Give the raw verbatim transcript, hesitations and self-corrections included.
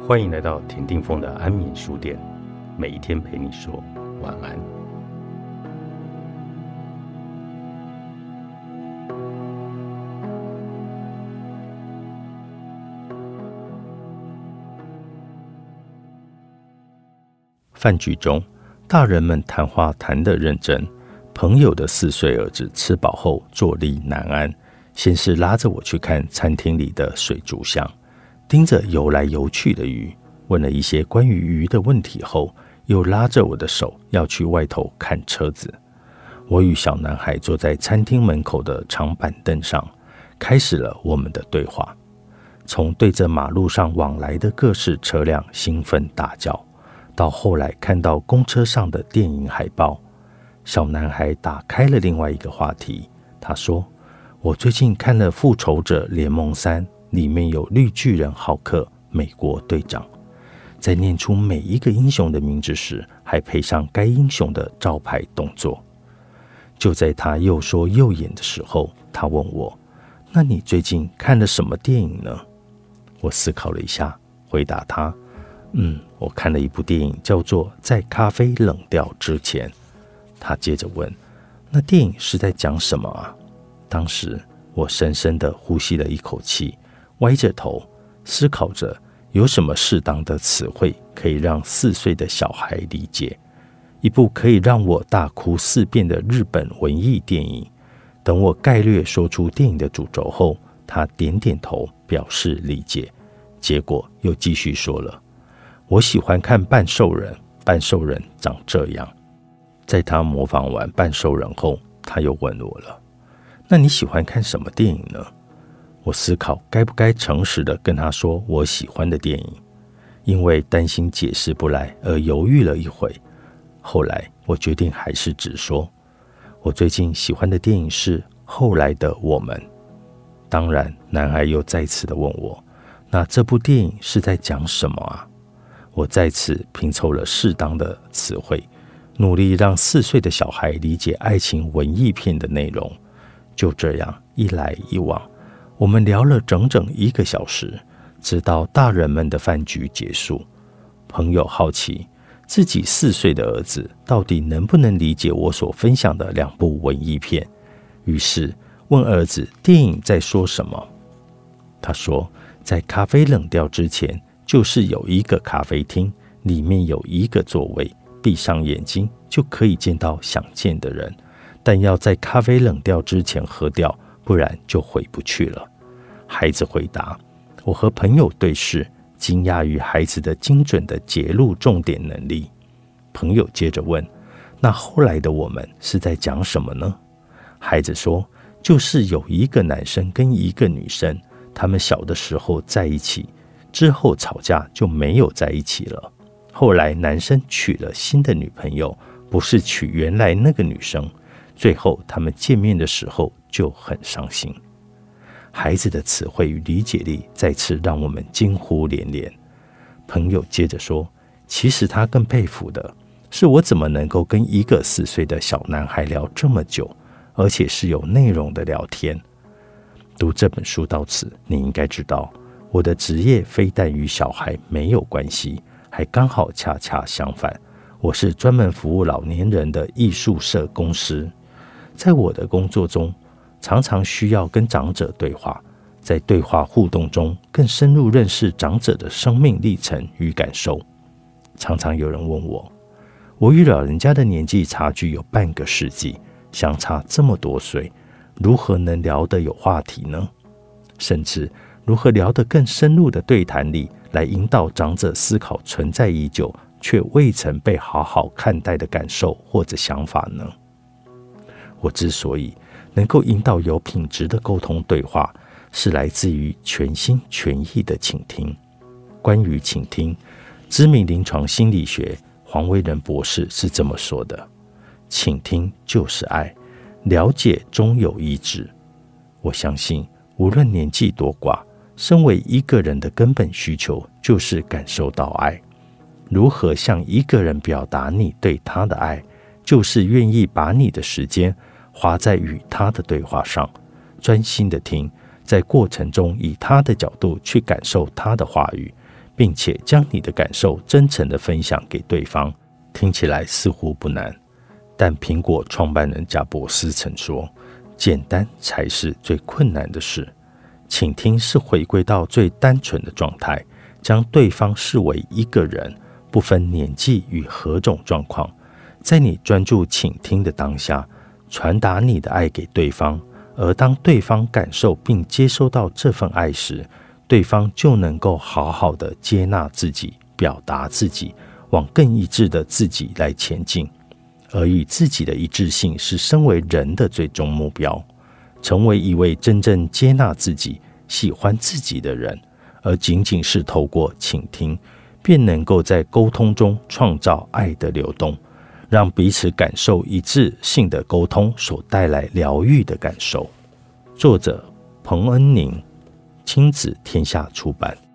欢迎来到田定峰的安眠书店，每一天陪你说晚安。饭局中，大人们谈话谈得认真，朋友的四岁儿子吃饱后坐立难安，先是拉着我去看餐厅里的水族箱，盯着游来游去的鱼，问了一些关于鱼的问题后，又拉着我的手要去外头看车子。我与小男孩坐在餐厅门口的长板凳上，开始了我们的对话。从对着马路上往来的各式车辆兴奋大叫，到后来看到公车上的电影海报，小男孩打开了另外一个话题。他说：“我最近看了《复仇者联盟三》，里面有绿巨人浩克，美国队长。”在念出每一个英雄的名字时，还配上该英雄的招牌动作。就在他又说又演的时候，他问我：“那你最近看了什么电影呢？”我思考了一下，回答他：“嗯，我看了一部电影，叫做《在咖啡冷掉之前》。”他接着问：“那电影是在讲什么啊？”当时我深深地呼吸了一口气，歪着头思考着有什么适当的词汇可以让四岁的小孩理解。一部可以让我大哭四遍的日本文艺电影。等我概略说出电影的主轴后，他点点头表示理解，结果又继续说了：“我喜欢看半兽人，半兽人长这样。”在他模仿完半兽人后，他又问我了：“那你喜欢看什么电影呢？”我思考该不该诚实的跟他说我喜欢的电影，因为担心解释不来而犹豫了一会。后来我决定还是直说，我最近喜欢的电影是《后来的我们》。当然，男孩又再次的问我：“那这部电影是在讲什么啊？”我再次拼凑了适当的词汇，努力让四岁的小孩理解爱情文艺片的内容。就这样一来一往，我们聊了整整一个小时，直到大人们的饭局结束。朋友好奇自己四岁的儿子到底能不能理解我所分享的两部文艺片，于是问儿子电影在说什么。他说，在咖啡冷掉之前，就是有一个咖啡厅，里面有一个座位，闭上眼睛就可以见到想见的人，但要在咖啡冷掉之前喝掉，不然就回不去了。孩子回答。我和朋友对视，惊讶于孩子的精准的揭露重点能力。朋友接着问：“那后来的我们是在讲什么呢？”孩子说：“就是有一个男生跟一个女生，他们小的时候在一起，之后吵架就没有在一起了。后来男生娶了新的女朋友，不是娶原来那个女生，最后他们见面的时候就很伤心。”孩子的词汇与理解力再次让我们惊呼连连。朋友接着说：“其实他更佩服的是我怎么能够跟一个四岁的小男孩聊这么久，而且是有内容的聊天。”读这本书到此，你应该知道，我的职业非但与小孩没有关系，还刚好恰恰相反，我是专门服务老年人的艺术社公司。在我的工作中，常常需要跟长者对话，在对话互动中更深入认识长者的生命历程与感受。常常有人问我，我与老人家的年纪差距有半个世纪，相差这么多岁，如何能聊得有话题呢？甚至如何聊得更深入的对谈里，来引导长者思考存在已久却未曾被好好看待的感受或者想法呢？我之所以能够引导有品质的沟通对话，是来自于全心全意的倾听。关于倾听，知名临床心理学黄威仁博士是这么说的：倾听就是爱，了解终有一致。我相信无论年纪多寡，身为一个人的根本需求就是感受到爱。如何向一个人表达你对他的爱，就是愿意把你的时间花在与他的对话上，专心的听，在过程中以他的角度去感受他的话语， 并且将你的感受真诚地分享给对方，听起来似乎不难。但苹果创办人贾伯斯曾说，简单才是最困难的事。倾听是回归到最单纯的状态，将对方视为一个人，不分年纪与何种状况。在你专注倾听的当下，传达你的爱给对方，而当对方感受并接收到这份爱时，对方就能够好好的接纳自己，表达自己，往更一致的自己来前进。而与自己的一致性是身为人的最终目标，成为一位真正接纳自己、喜欢自己的人，而仅仅是透过倾听，便能够在沟通中创造爱的流动，让彼此感受一致性的沟通所带来疗愈的感受。作者彭恩宁，亲子天下出版。